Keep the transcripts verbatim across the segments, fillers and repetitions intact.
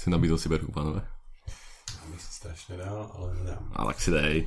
si nabídl Cyberku, pánové. Já bych si strašně dal, ale nedám. A tak si dej.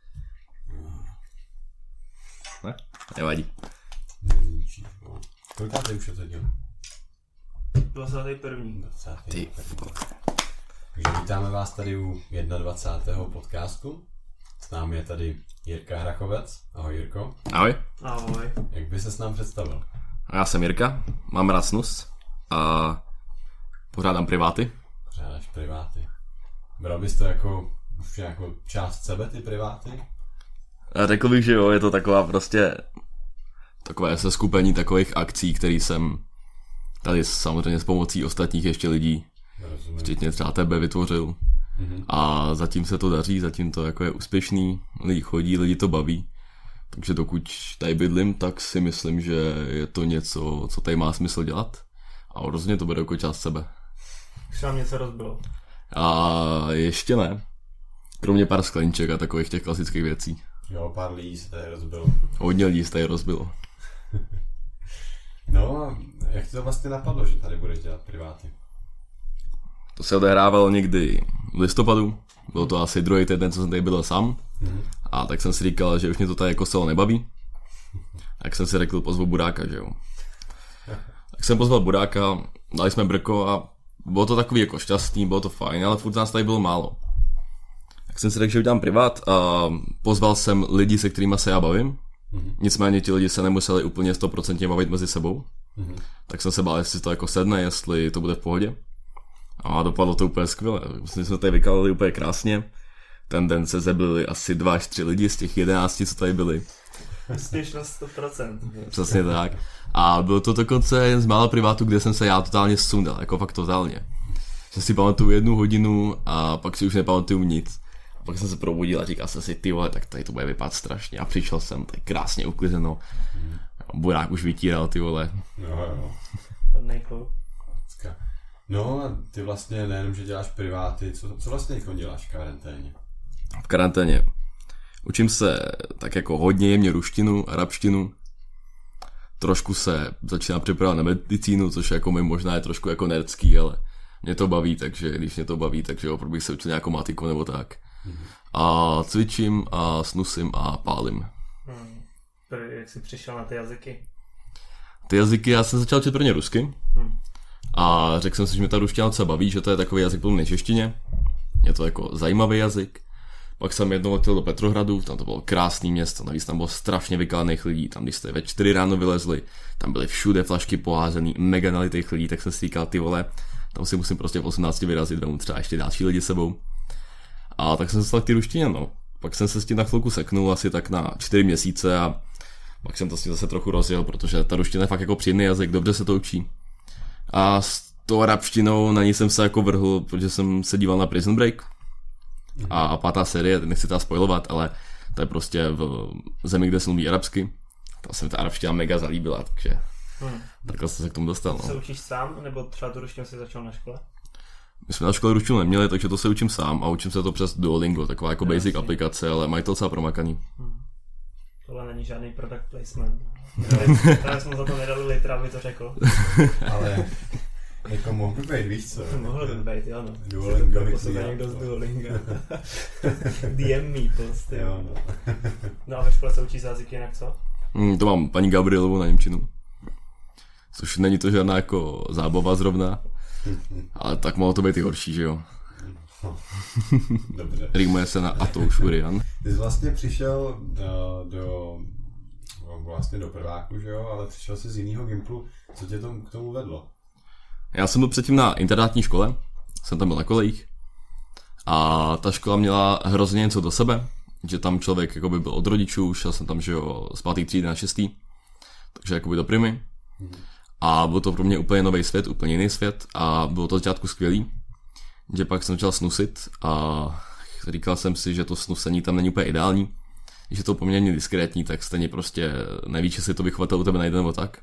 Ne? Nevadí. Nezničí. No. Kolikátej už je to děl? dvacátý první. dvacátý Ty. Takže vítáme vás tady u dvacátého prvního podcastu. S námi je tady Jirka Hrachovec. Ahoj Jirko. Ahoj. Ahoj. Jak by se s nám představil? Já jsem Jirka, mám rád snus a pořádám priváty. Pořádáš priváty. Bral bys to jako už jako část sebe, ty priváty? A řekl bych, že jo, je to taková prostě takové seskupení takových akcí, které jsem tady samozřejmě s pomocí ostatních ještě lidí, Rozumím. včetně třeba tebe, vytvořil. Mhm. A zatím se to daří, zatím to jako je úspěšný, lidi chodí, lidi to baví. Takže dokud tady bydlím, tak si myslím, že je to něco, co tady má smysl dělat. A rozhodně to bude jako část sebe. Už nám něco rozbilo. A ještě ne. Kromě pár skleníček a takových těch klasických věcí. Jo, pár lidí se tady rozbilo. Hodně lidí se tady rozbilo. No a jak ti to vlastně napadlo, že tady budeš dělat priváty? To se odehrávalo někdy v listopadu. Bylo to asi druhý týden, co jsem tady byl sám. Mhm. A tak jsem si říkal, že už mě to tady jako selo nebaví. Tak jsem si řekl, pozvu Buráka, že jo. Tak jsem pozval Buráka, dali jsme brko a bylo to takový jako šťastný, bylo to fajn, ale furt nás tady bylo málo. Tak jsem si řekl, že udělám privát a pozval jsem lidi, se kterými se já bavím. Mhm. Nicméně ti lidi se nemuseli úplně sto procent bavit mezi sebou. Mhm. Tak jsem se bál, jestli to jako sedne, jestli to bude v pohodě. A dopadlo to úplně skvěle. Myslím, že jsme tady vykalili úplně krásně. Ten den se zeblili asi dva až tři lidi z těch jedenácti, co tady byli. Úspěšnost sto procent. Přesně tak. A bylo to dokonce jen z mála privátů, kde jsem se já totálně sundal, jako fakt totálně. Že si pamatuju jednu hodinu a pak si už nepamatuju nic. A pak jsem se probudil a říkal jsem si, ty vole, tak tady to bude vypadat strašně. A přišel jsem, tak krásně uklizeno. Burák už vytíral, ty vole. Jo, jo. Hodnej kluk. Pecka. No a ty vlastně nejenom, že děláš priváty, co, co vlastně jako děláš v karanténě? V karanténě učím se tak jako hodně jemně ruštinu, arabštinu. Trošku se začínám připravovat na medicínu, což jako mi možná je trošku jako nerdský, ale mě to baví, takže když mě to baví, takže opravdu bych se učil nějakou matiku nebo tak. Mhm. A cvičím a snusím a pálím. Hmm. Jak jsi přišel na ty jazyky? Ty jazyky, já jsem začal učit prvně rusky Hmm. a řekl jsem si, že mě ta ruština docela baví, že to je takový jazyk podobný češtině. Je to jako zajímavý jazyk. Pak jsem jednou letěl do Petrohradu, tam to bylo krásné město, navíc tam bylo strašně vykalených lidí, tam když jste ve čtyři ráno vylezli, tam byly všude flašky poházený, mega nalitých lidí, tak jsem si říkal, ty vole, tam si musím prostě v osmnácti vyrazit, vemu třeba ještě další lidi sebou. A tak jsem se stal k ty ruštině, no. Pak jsem se s tím na chvilku seknul, asi tak na čtyři měsíce a pak jsem to s tím zase trochu rozjel, protože ta ruština je fakt jako příjemný jazyk, dobře se to učí. A s tou arabštinou na ní jsem se jako vrhl, protože jsem se díval na Prison Break. A, a pátá série, nechci teda spoilovat, ale to je prostě v zemi, kde se mluví arabsky. Tam se mi ta arabština mega zalíbila, takže Hmm. takhle jsem se k tomu dostal. Se No. učíš sám, nebo třeba tu ruštinu jsi začal na škole? My jsme na škole ruštinu neměli, takže to se učím sám a učím se to přes Duolingo, taková jako basic Jasně. aplikace, ale mají to docela promakaný. Hmm. Tohle není žádný product placement. Právě jsme za to nedali litra, aby to řekl. Ale jako mohl by být, víš co? Mohl by být, jo no. Duolingo To poslouchá vytvírat, někdo z no. Duolinga. D M me prostě. Jo, no. No a ve škole se učí jazyky jinak co? Hmm, to mám paní Gabrielovou na němčinu. Což není to žádná jako zábava zrovna, ale tak mohlo to být i horší, že jo. Dobře. Rýmuje se na Atouš Urian. Ty jsi vlastně přišel do, do vlastně do prváku, že jo, ale přišel jsi z jiného gimplu. Co tě tomu, k tomu vedlo? Já jsem byl předtím na internátní škole, jsem tam byl na kolejích a ta škola měla hrozně něco do sebe, že tam člověk jakoby byl od rodičů, šel jsem tam, že jo, z pátý třídy na šestý, takže jakoby do primy a byl to pro mě úplně nový svět, úplně jiný svět a bylo to od začátku skvělý, že pak jsem začal snusit a říkal jsem si, že to snusení tam není úplně ideální, že to poměrně diskrétní, tak stejně prostě nevíš, jestli to vychovatel u tebe najde nebo tak.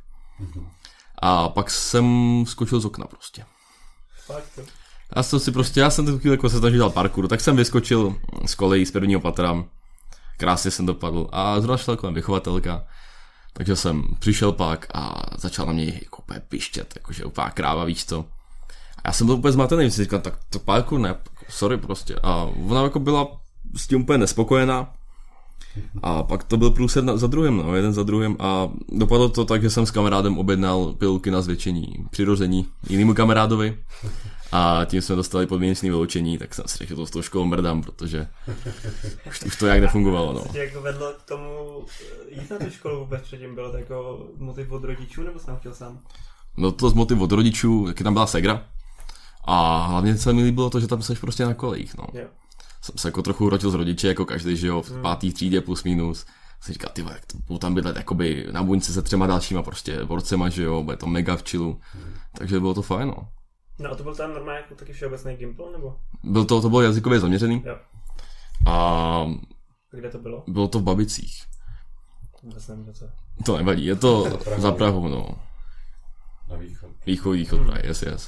A pak jsem skočil z okna prostě. Fakt to. Já jsem si prostě, já jsem tu chvíli jako se snažil dělat parkour, tak jsem vyskočil z kolejí z prvního patra, krásně jsem dopadl a zrovna šla kolem vychovatelka, takže jsem přišel pak a začal na mě jako úplně pištět, jakože úplná kráva, víš co. A Já jsem byl úplně zmatený, si říkal, tak to parkour ne, sorry prostě. A ona jako byla s tím úplně nespokojená. A pak to byl průser za druhým, no, jeden za druhým a dopadlo to tak, že jsem s kamarádem objednal pilulky na zvětšení přirození jinému kamarádovi a tím jsme dostali podmínečné vyloučení, tak jsem si řekl, že to s tou školou mrdám, protože už, už to jak nefungovalo, no. Co tě jako vedlo k tomu jít na tu školu vůbec předtím, bylo to jako motiv od rodičů, nebo jsi tam chtěl sám? Bylo to z motiv od rodičů, taky tam byla segra a hlavně se mi líbilo to, že tam seš prostě na kolejích, no. Jo. Jsem se jako trochu uročil z rodiče, jako každý, že jo, v pátý třídě plus minus. Jsem říkal, ty vole, budu tam bydlet jakoby na buňce se třema dalšíma prostě borcema, že jo, bude to mega v chillu. Hmm. Takže bylo to fajn, no. No a to byl tam normálně jako taky všeobecný Gimpl, nebo? Byl to, to bylo jazykově zaměřený. Jo. A... Kde to bylo? Bylo to v Babicích. Vůbec nevím, co. To nevadí, je to za Prahou, za Prahou no. Na východ. Východ, východ, hmm. Prahy, yes, yes.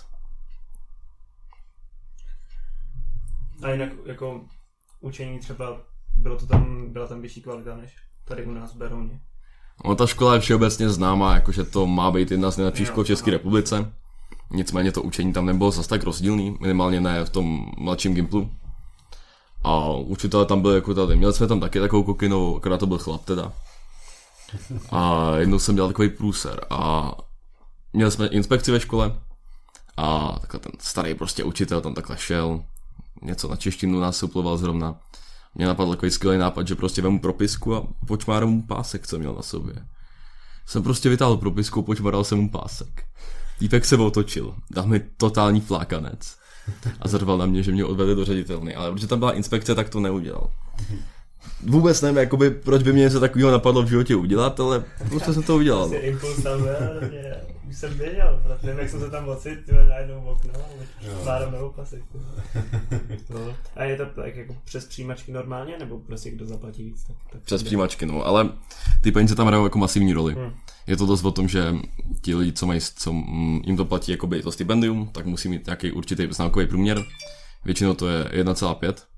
A jinak jako učení třeba, bylo to tam, byla tam vyšší kvalita než tady u nás v Berouně? No, ta škola je všeobecně známá, jakože to má být jedna z nejlepších škol v České republice. Nicméně to učení tam nebylo zase tak rozdílný, minimálně ne v tom mladším Gimplu. A učitelé tam byli jako tady, měli jsme tam taky takovou kokinovou, akorát to byl chlap teda. A jednou jsem dělal takový průser a měli jsme inspekci ve škole a takhle ten starý prostě učitel tam takhle šel. Něco na češtinu nás suploval zrovna. Mě napadl takový skvělý nápad, že prostě vemu propisku a počmáral mu pásek, co měl na sobě. Jsem prostě vytáhl propisku, počmáral jsem mu pásek. Týpek se otočil, dal mi totální flákanec a zarval na mě, že mě odvedli do ředitelny, ale protože tam byla inspekce, tak to neudělal. Vůbec nevím, jakoby, proč by mě něco takového napadlo v životě udělat, ale prostě jsem to udělal. Prostě impuls tam byl, už jsem věděl, protože nevím, jak jsem se tam ocit, tyhle najednou v okno a zvládám novou pasek. No. A je to tak jako přes přijímačky normálně, nebo prostě kdo zaplatí víc? Tak, tak přes přijímačky, no, ale ty peníze tam hrajou jako masivní roli. Hmm. Je to dost o tom, že ti lidi, co mají, co jim to platí jakoby to stipendium, tak musí mít nějaký určitý známkový průměr. Většinou to je jedna celá pět.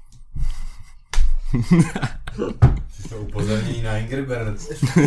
Jsi to upozornění na Angry Birds.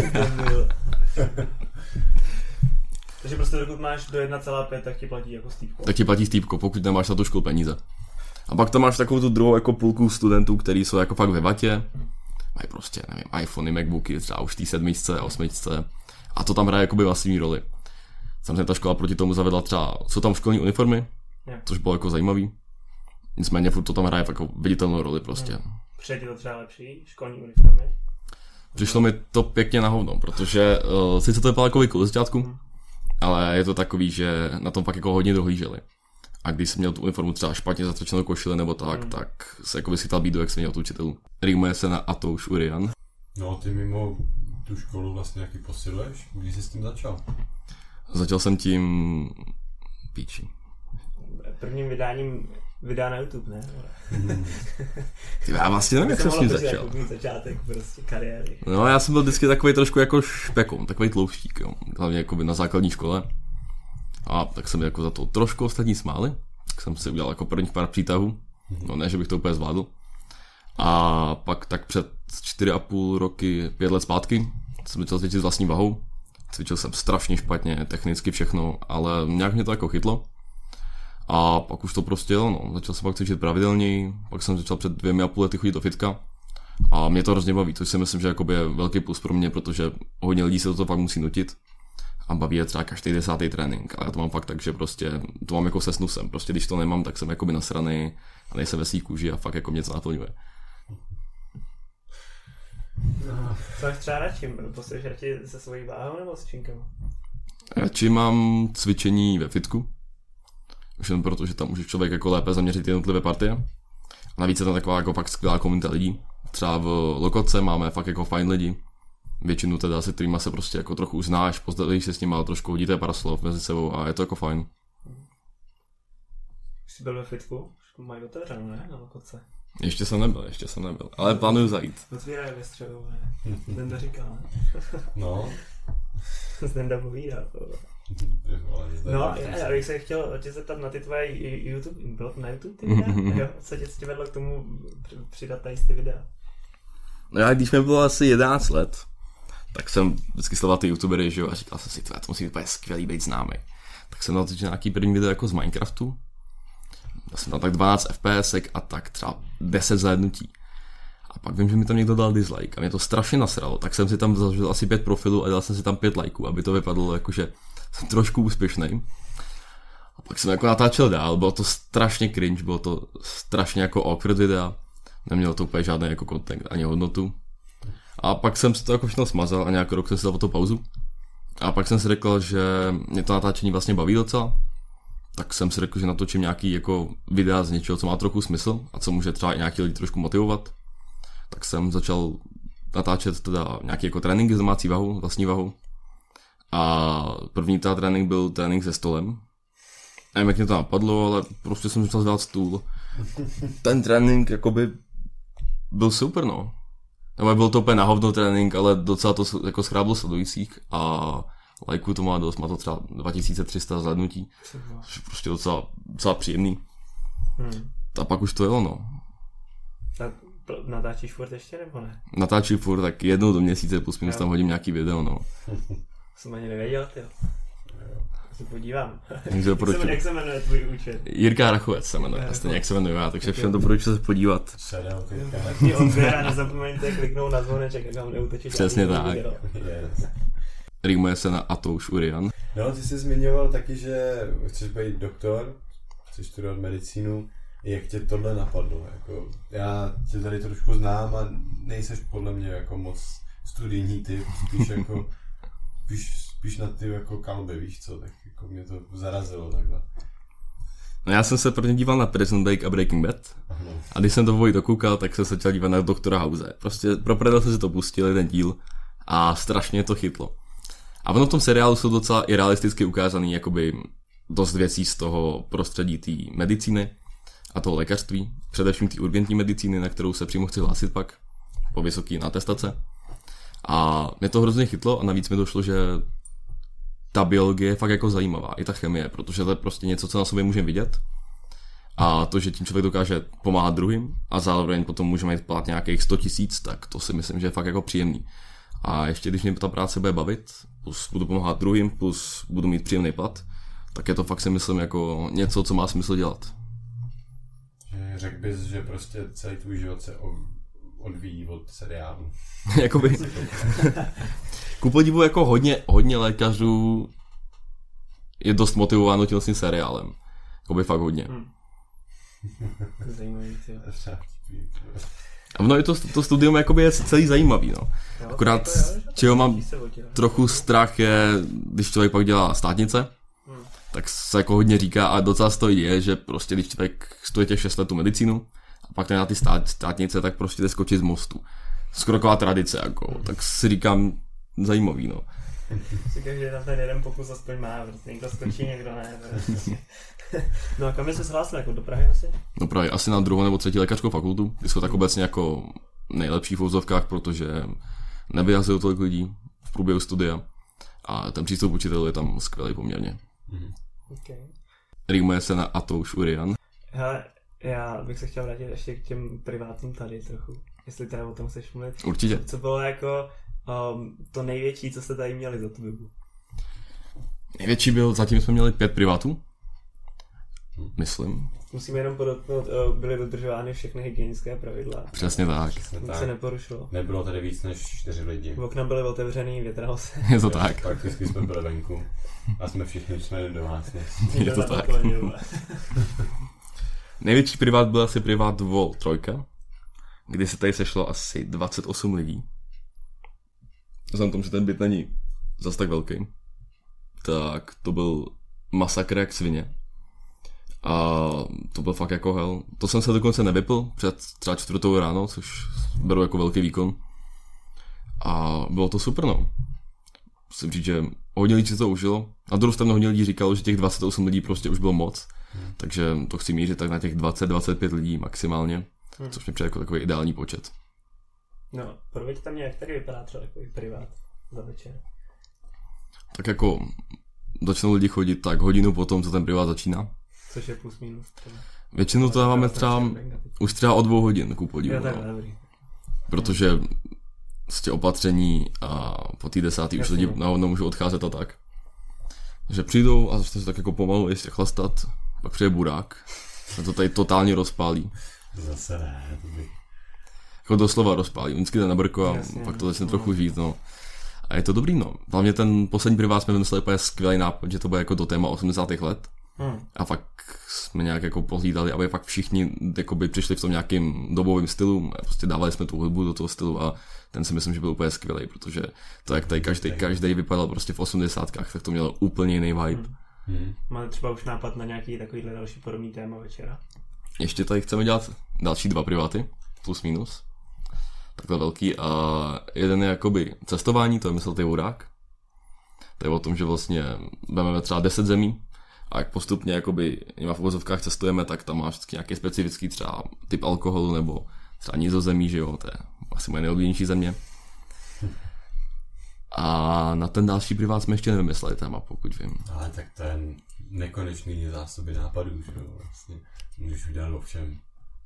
Takže prostě dokud máš do jedna celá pět, tak ti platí jako stýpko. Tak ti platí stýpko, pokud nemáš na tu školu peníze. A pak tam máš takovou tu druhou jako půlku studentů, kteří jsou jako fakt ve vatě. Mají prostě, nevím, iPhony, Macbooky, třeba už tý sedmičce, osmičce. A to tam hraje jakoby masivní roli. Samozřejmě ta škola proti tomu zavedla třeba, jsou tam školní uniformy, yeah. Což bylo jako zajímavý. Nicméně furt to tam hraje jako viditelnou roli prostě. Yeah. Přijde to třeba lepší, školní uniformy? Přišlo mi to pěkně na hovno, protože uh, sice to je palkový kul začátku, mm. ale je to takový, že na tom fakt jako hodně dohlíželi. A když jsem měl tu uniformu třeba špatně zatrčenou košili nebo tak, mm. tak se jako vyskytal bídu, jak jsem měl tu učitelů. Rýmuje se na Atouš Urian. No ty mimo tu školu vlastně jaký posiluješ? Kdy jsi s tím začal? Začal jsem tím píči. Prvním vydáním vydá na YouTube, ne? Hmm. Ty, já vlastně nevím, jak jsem s tím začal. Jako začátek prostě kariéry. No já jsem byl vždycky takový trošku jako špekon, takový tlouštík, jo. Hlavně jako na základní škole. A tak jsem jako za to trošku ostatní smáli. Tak jsem si udělal jako prvních pár přítahů. No ne, že bych to úplně zvládl. A pak tak před čtyři a půl roky, pět let zpátky, jsem začal cvičit s vlastní vahou. Cvičil jsem strašně špatně, technicky všechno, ale nějak mě to jako chytlo. A pak už to prostě jel, no. Začal jsem pak cvičit pravidelněji, pak jsem začal před dvěmi a půl lety chodit do fitka. A mě to hrozně baví, což si myslím, že je velký plus pro mě, protože hodně lidí se to fakt musí nutit. A baví je třeba každý desátý trénink. A já to mám fakt tak, že prostě to mám jako se snusem. Prostě když to nemám, tak jsem jakoby nasranej a nejsem ve svý kůži a fakt jako mě něco naplňuje. No, co máš třeba radši? Postoješ radši se svojí váhou nebo s činkama? Radši mám cvičení ve fitku. Už jen proto, že tam může člověk jako lépe zaměřit jednotlivé partie. A navíc je tam taková jako fakt skvělá komunita lidí. Třeba v Lokotce máme fakt jako fajn lidi. Většinu teda, se kterýma se prostě jako trochu uznáš, pozdravíš se s nima, trošku hodíte pár slov mezi sebou a je to jako fajn. Už jsi byl ve fitku? Už mají otevřenou, ne? Na Lokotce. Ještě jsem nebyl, ještě jsem nebyl, ale plánuju zajít. Otvírají ve středu, ne? Zdenda říká, ne? No. Zdenda povídá. No, já bych se chtěl tě zeptat na ty tvoje YouTube, bylo to na YouTube ty videa? Jo, co tě, tě vedlo k tomu přidat tady ty videa? No já, když mi bylo asi jedenáct let, tak jsem vždycky sledoval ty youtubery, že jo, a říkal jsem si, to musí být úplně skvělý být známý. tak jsem natočil nějaký první video jako z Minecraftu. Já jsem tam tak dvanáct F P S a tak třeba deset zhlédnutí. A pak vím, že mi tam někdo dal dislike a mě to strašně nasralo, tak jsem si tam zažil asi pět profilů a dal jsem si tam pět lajků, aby to vypadalo jako, že jsem trošku úspěšný. A pak jsem jako natáčel dál, bylo to strašně cringe, bylo to strašně jako awkward videa, nemělo to úplně žádný jako content ani hodnotu. A pak jsem si to jako všechno smazal a nějak rok jsem si dal po to pauzu. A pak jsem si řekl, že mě to natáčení vlastně baví docela, tak jsem si řekl, že natočím nějaký jako videa z něčeho, co má trochu smysl a co může třeba i nějaký lidi trošku motivovat. Tak jsem začal natáčet teda nějaký jako tréninky s domácí vahou, vlastní vahou. A první ta trénink byl trénink se stolem. Nevím, jak mě to napadlo, ale prostě jsem začal zvedat stůl. Ten trénink jakoby byl super, no. Nebo byl to úplně na hovno trénink, ale docela to jako schráblo sledujících a lajků to má dost, má to třeba dva tisíce tři sta zhlédnutí. Prostě docela, docela příjemný. Hmm. A pak už to jelo, no. Tak natáčíš furt ještě, nebo ne? Natáčím furt, tak jednou do měsíce plus minus tam hodím nějaký video, no. Jsem ani nevěděl, tyjo. Se podívám. Jak se, jak se jmenuje tvůj účet? Jirka Hrachovec se jmenuje, stejně jak se jmenuje já, takže všem doporučuji se podívat. Taky odběr a nezapomeňte kliknout na zvoneček, jak vám neutečí. Přesně tak. Rýmuje se na Atouš Urian. No, ty jsi zmiňoval taky, že chceš být doktor, chceš studovat medicínu. Jak tě tohle napadlo? Jako, já tě tady trošku znám a nejseš podle mě jako moc studijní typ, spíš jako spíš, spíš na ty jako kalby, víš co, tak jako mě to zarazilo takhle. No já jsem se prvně díval na Prison Break a Breaking Bad Aha. A když jsem to obojí dokoukal, tak jsem se chtěl dívat na doktora House. Prostě pro prdel se si to pustili ten díl a strašně to chytlo. A ono v tom seriálu jsou docela i realisticky ukázaný jakoby dost věcí z toho prostředí té medicíny a toho lékařství, především té urgentní medicíny, na kterou se přímo chci hlásit pak po vysoké atestace. A mě to hrozně chytlo a navíc mi došlo, že ta biologie je fakt jako zajímavá, i ta chemie, protože to je prostě něco, co na sobě můžeme vidět. A to, že tím člověk dokáže pomáhat druhým a zároveň potom může mít plat nějakých sto tisíc, tak to si myslím, že je fakt jako příjemný. A ještě když mě ta práce bude bavit, plus budu pomáhat druhým, plus budu mít příjemný plat, tak je to fakt si myslím jako něco, co má smysl dělat. Řekl bys, že prostě celý tvůj život se odvíjí od seriálu. Jakoby. Ku podivu jako hodně, hodně lékařů je dost motivováno tím tím seriálem. Jakoby fakt hodně. Hmm. Zajímavý, jo. A ono je to, to studium jakoby je celý zajímavý, no. Akorát čeho mám trochu strach je, když člověk pak dělá státnice, tak se jako hodně říká a docela to je, že prostě když člověk studuje těch šest let tu medicínu a pak na ty stát, státnice, tak prostě jde skočit z mostu. Skoro taková tradice, jako, tak si říkám zajímavý, no. Říkám, že tam ten jeden pokus aspoň má, prostě někdo skočí, někdo ne. Prostě. No a kam jsi se hlásil, jako do Prahy asi? Do Prahy, asi na druhou nebo třetí lékařskou fakultu, ty jsou tak obecně jako nejlepší v úzovkách, protože nevyhazují tolik lidí v průběhu studia a ten přístup učitelů je tam skvělý poměrně. Mm. Okay. Rýmuje se na Atouš Urian. Hele, já bych se chtěl vrátit ještě k těm privátům tady trochu, jestli teda o tom chceš mluvit. Určitě. Co bylo jako um, to největší, co jste tady měli za tu dobu? Největší byl, zatím jsme měli pět privátů, myslím. Musíme jenom podotknout, byly dodržovány všechny hygienické pravidla. Přesně tak. Nic se neporušilo. Nebylo tady víc než čtyři lidi. Okna byly otevřený, větralo se. Je to tak. Prakticky jsme byli venku a jsme všichni jsme domácnosti. Je to tak. Největší privát byl asi privát Vol tři, kdy se tady sešlo asi dvacet osm lidí. Vzhledem tomu, že ten byt není zas tak velký, tak to byl masakr jak svině. A to byl fakt jako hell. To jsem se dokonce nevypl před třeba čtvrtou ráno, což beru jako velký výkon. A bylo to super, no. Musím říct, že hodně lidí si to užilo. Na druhou stranu hodně lidí říkalo, že těch dvacet osm lidí prostě už bylo moc. Hmm. Takže to chci mířit tak na těch dvacet dvacet pět lidí maximálně, hmm. což mi přijde jako takový ideální počet. No, proveďte mě, jak tady vypadá třeba takový privát za večer. Tak jako začnou lidi chodit tak hodinu potom, co ten privát začíná. Což je plus minus. Třeba. Většinou to dáváme třeba už třeba o dvou hodin, ku podivu. No. Protože z těch opatření a po té desátý už lidi nahodnou můžou odcházet a tak. že přijdou a začne se tak jako pomalu ještě chlastat, pak přijde burák. A to tady totálně rozpálí. Zase ne, to by... Jako doslova rozpálí. Vždycky jde na brko a Jasně, pak to začne no. trochu žít, no. A je to dobrý, no. Hlavně ten poslední privát jsme vymysleli úplně skvělý nápad, že to bude jako do téma osmdesátých let. Hmm. A fakt jsme nějak jako pohlídali, aby fakt všichni jakoby přišli v tom nějakým dobovým stylu. A prostě dávali jsme tu hudbu do toho stylu a ten si myslím, že byl úplně skvělý, protože to, jak tady každý, každý vypadal prostě v osmdesátkách, tak to mělo úplně jiný vibe. Hmm. Hmm. Máte třeba už nápad na nějaký takovýhle další podobný téma večera? Ještě tady chceme dělat další dva priváty, plus minus. Takhle velký. A jeden je jakoby cestování, to je myslel ty Urák. To je o tom, že vlastně vezmeme třeba deset zemí a jak postupně jakoby v uvozovkách cestujeme, tak tam máš vždycky nějaký specifický třeba typ alkoholu nebo třeba Nizozemí, že jo, to je asi moje nejoblíbenější země. A na ten další privát jsme ještě nevymysleli téma, pokud vím. Ale tak ten nekonečný zásoby nápadů, že jo, vlastně můžeš udělat o všem.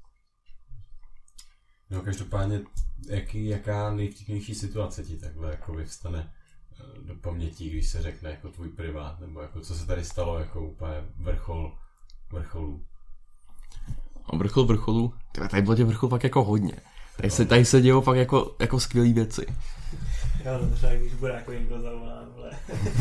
No každopádně, jaký, jaká nejvtipnější situace ti takhle jako vyvstane do paměti, když se řekne jako tvůj privát, nebo jako co se tady stalo jako úplně vrchol vrcholů? A vrchol vrcholů? Tady bylo těch vrchol fakt jako hodně. Tady se, tady se dělo fakt jako, jako skvělý věci. Jo, no třeba když bude jako někdo zavolán, vole.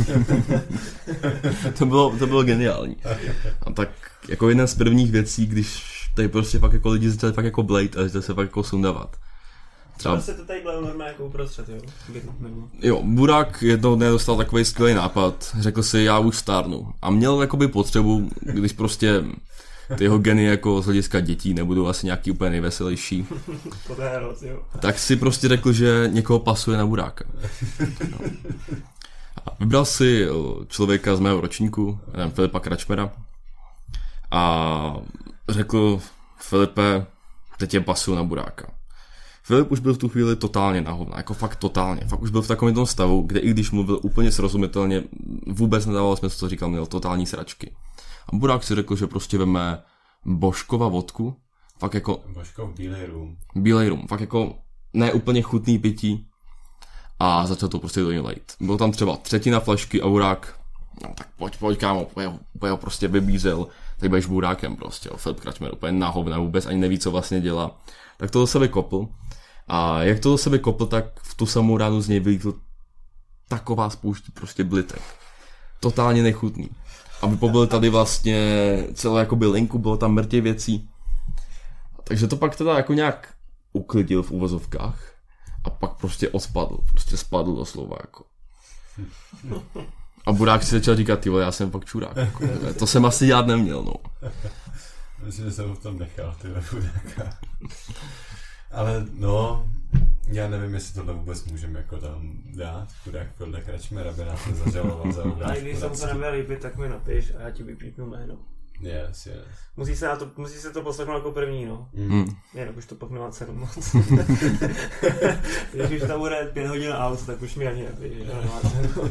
to, bylo, to bylo geniální. A tak jako jedna z prvních věcí, když tady prostě fakt jako lidi začali fakt jako blejt a začali se fakt jako sundavat. Třeba... Třeba se to tady blejl normálně jako uprostřed, jo? Jo, Burák jednou dne dostal takový skvělý nápad, řekl si, já už stárnu. A měl jakoby potřebu, když prostě ty jeho geny jako z hlediska dětí nebudou asi nějaký úplně nejveselější. Tak si prostě řekl, že někoho pasuje na Buráka. No. A vybral si člověka z mého ročníku, nevím, Filipa Kračmera, a řekl, Filipe, teď tě pasuju na Buráka. Filip už byl v tu chvíli totálně na hovna, jako fakt totálně. Fakt už byl v takovém tom stavu, kde i když mluvil úplně srozumitelně, vůbec nedával smysl, co říkal, měl totální sračky. A Burák si řekl, že prostě veme Božkova vodku, fakt jako... Božkov bílej rum. Bílej rum, fakt jako ne úplně chutný pití a začal to prostě do něj lejt. Bylo tam třeba třetina flašky a Burák, no tak pojď, pojď kámo, úplně ho prostě vybízel, tady budeš Burákem prostě, Filip Kračmer úplně na hovna, vůbec ani neví, co vlastně dělá. Tak to do sebe kopl a jak to do sebe kopl, tak v tu samou ránu z něj vylítl taková spoušť prostě blitek. Totálně nechutný. A vypobil tady vlastně celou jakoby linku, bylo tam mrtě věcí. Takže to pak teda jako nějak uklidil v uvozovkách a pak prostě ospadl, prostě spadl doslova jako. A Burák si začal říkat, tyvo, já jsem fakt čurák, jako, to jsem asi dělat neměl, no. Myslím, že jsem v tom nechal, tyhle Buráka. Ale no, já nevím, jestli tohle vůbec můžeme jako tam dát, chudák Filda Kračmer, aby nás nezažaloval za urážku. A když se mu to nebude líbit, tak mi napiš a já ti vypípnu jméno. Yes, yes. Musí se, na to, musí se to poslechnout jako první, no. Mm. Jinak už to pak nemá cenu moc. Když už tam bude pět hodin aut, tak už mi ani nepiš, že nemá cenu.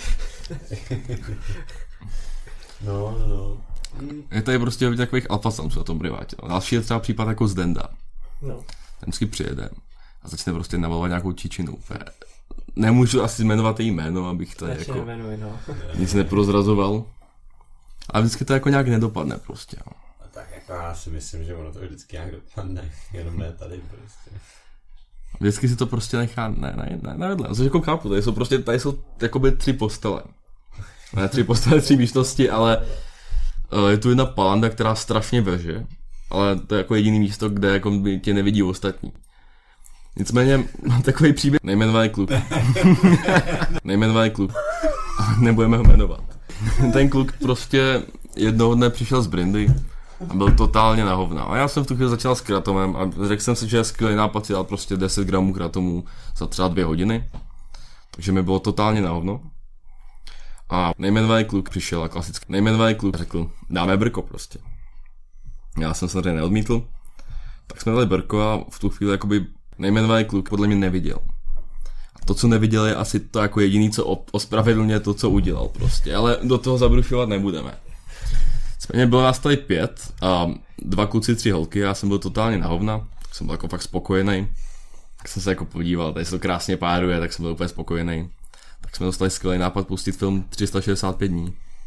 No, no, no. Je tady prostě hodně takových alfasamců na tom privátě. Další je třeba případ jako Zdenda. No. Ten vždycky přijede a začne prostě navalovat nějakou čičinu. Nemůžu asi jmenovat její jméno, abych to jako nemenuji, no. nic neprozrazoval. A vždycky to jako nějak nedopadne prostě. No. A tak jako já si myslím, že ono to vždycky nějak dopadne, jenom ne tady prostě. Vždycky si to prostě nechá, ne, ne, ne, ne, ne, což jako chápu, tady jsou prostě, tady jsou jakoby tři postele. Ne tři postele, tři místnosti, ale uh, je tu jedna palanda, která strašně veže, ale to je jako jediný místo, kde jako by tě nevidí ostatní. Nicméně mám takový příběh, nejmenovaný kluk. nejmenovaný kluk. Nebudeme ho jmenovat. Ten kluk prostě jednoho dne přišel z Brindy a byl totálně na hovna. A já jsem v tu chvíli začal s kratomem a řekl jsem si, že je skvělý nápad si dát prostě deset gramů kratomů za třeba dvě hodiny. Takže mi bylo totálně na hovno. A nejmenovaný kluk přišel a klasicky nejmenovaný kluk řekl, dáme brko prostě. Já jsem samozřejmě neodmítl. Tak jsme dali brko a v tu chvíli jakoby nejmenovaný kluk podle mě neviděl. A to, co neviděl, je asi to jako jediný, co ospravedlně to, co udělal prostě. Ale do toho zabrušovat nebudeme. Nicméně bylo nás tady pět a dva kluci, tři holky. Já jsem byl totálně na hovna. Jsem byl jako fakt spokojený. Tak jsem se jako podíval, tady se to krásně páruje, tak jsem byl úplně spokojený. Tak jsme dostali skvělý nápad pustit film tři sta šedesát pět dní.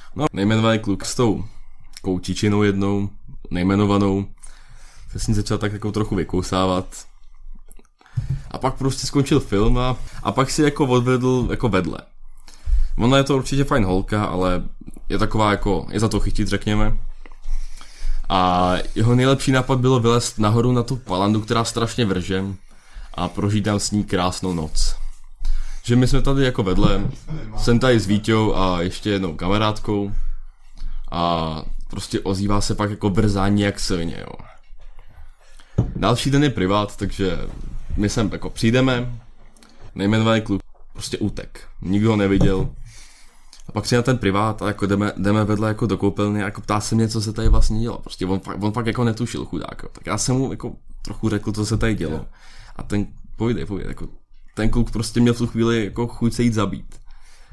No, nejmenovaný kluk s tou koučičinou jednou, nejmenovanou, se s ní začal tak jako trochu vykousávat. A pak prostě skončil film a, a pak si jako odvedl jako vedle. Ona je to určitě fajn holka, ale je taková jako, je za to chytit, řekněme. A jeho nejlepší nápad bylo vylézt nahoru na tu palandu, která strašně vrže a prožít tam s ní krásnou noc. Že my jsme tady jako vedle, jsem tady s Víťou a ještě jednou kamarádkou a prostě ozývá se pak jako brzání jak silně, jo. Další den je privát, takže my sem jako přijdeme, nejmenovaný kluk prostě utek, nikdo ho neviděl. A pak si na ten privát a jako jdeme, jdeme vedle jako do koupelny a jako ptá se mě, co se tady vlastně dělo. Prostě on, on fakt jako netušil, chudák. Jo. Tak já jsem mu jako trochu řekl, co se tady dělo. A ten, povídej, povídej, jako ten kluk prostě měl v tu chvíli jako chuť se jít zabít.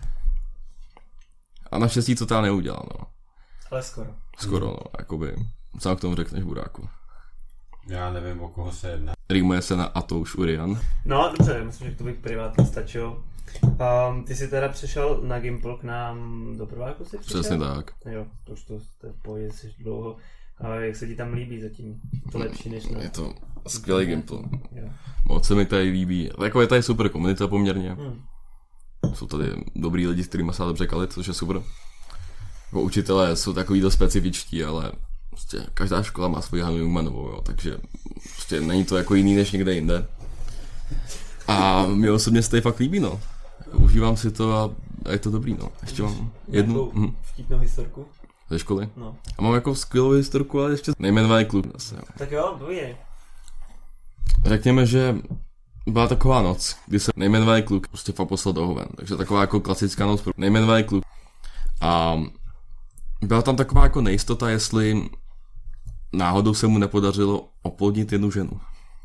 A naštěstí to teda neudělal, no. Ale skoro. Skoro, no, jakoby. Co k tomu řekneš, buráku? Já nevím, o koho se jedná. Rýmuje se na Atouš Urian. No, dobře, myslím, že to bych privátně stačilo. Um, ty jsi teda přišel na Gimple k nám do prváku, jsi přišel? Přesně tak. Jo, to už to je v pohodě, jsi dlouho. A jak se ti tam líbí zatím? To lepší než na... Je to skvělý Gimple. Jo. Moc se mi tady líbí. Jako je tady super komunita poměrně. Hmm. Jsou tady dobrý lidi, s kterými se dá dobře kalit, což je super. Jako učitelé jsou takový dost specifičtí, ale prostě každá škola má svoji Hanu Jungmanovou, jo, takže prostě není to jako jiný než někde jinde. A mě osobně se tady fakt líbí, no. Užívám si to a je to dobrý, no. Ještě mám jednu hm. vtipnou historku ze školy. No. A mám jako skvělou historku, ale ještě nejmenovaný kluk zase, jo. Tak jo, povídej. Řekněme, že byla taková noc, kdy se nejmenovaný kluk prostě fakt poslal do hoven. Takže taková jako klasická noc pro nejmenovaný kluk. A byla tam taková jako nejistota, jestli náhodou se mu nepodařilo oplodnit jednu ženu.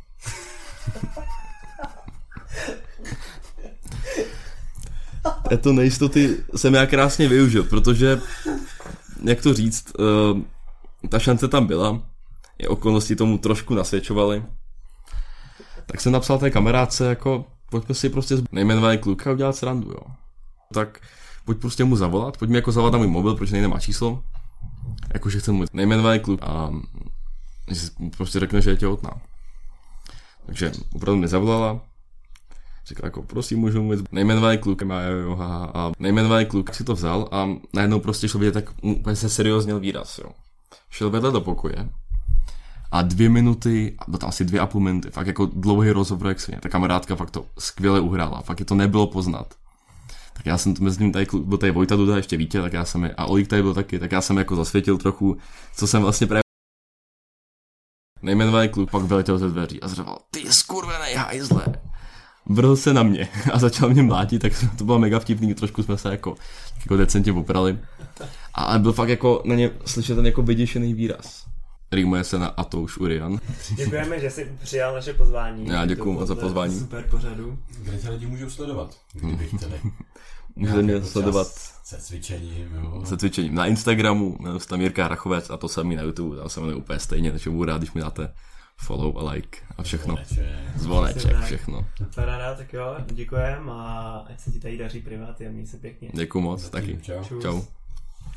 Této nejistoty jsem já krásně využil, protože, jak to říct, uh, ta šance tam byla, i okolnosti tomu trošku nasvědčovaly. Tak jsem napsal té kamarádce, jako, pojďme si prostě z nejmenovaný kluka udělat srandu, jo. Tak pojď prostě mu zavolat, pojď mi jako zavolat na můj mobil, protože nejde má číslo. Jakože chci mu nejmenovaný kluk a že prostě řekne, že je těhotná. Takže opravdu mi zavolala. Říkala jako, prosím, můžu mít nejmenovaný kluk. A, jo, a, a nejmenovaný kluk si to vzal a najednou prostě šel vidět, tak úplně se seriózněl výraz, jo. Šel vedle do pokoje a dvě minuty, bylo to asi dvě a půl minuty, fakt jako dlouhý rozhovor, jak svině. Ta kamarádka fakt to skvěle uhrála, fakt je to nebylo poznat. Tak já jsem to mezi tím tady, byl tady Vojta Duda, ještě Vítě, tak já jsem je, a Olík tady byl taky, tak já jsem jako zasvětil trochu, co jsem vlastně právě... Nejmenovaný kluk pak vyletěl ze dveří a zřeval, ty skurvenej hajzle. Vrhl se na mě a začal mě mlátit, tak to bylo mega vtipný, trošku jsme se jako, jako decentně oprali. A byl fakt jako na ně slyšet ten jako vyděšený výraz. Rýmuje se na Atouš Urian. Děkujeme, že jsi přijal naše pozvání. Já děkuju moc za pozvání. Super pořadu. Kde tě lidi můžou sledovat, kdyby chtěli. Můžete mě sledovat se cvičením, jo. Se cvičením na Instagramu, jmenuji se tam Jirka Hrachovec a to samý na YouTube, tam se jmenuji úplně stejně, takže budu rád, když mi dáte follow a like a všechno. Zvoneček, Zvoneček všechno. Paráda, tak jo, děkujem a ať se ti tady daří privát a měj se pěkně. Děkuju moc, taky. Čau. Čau.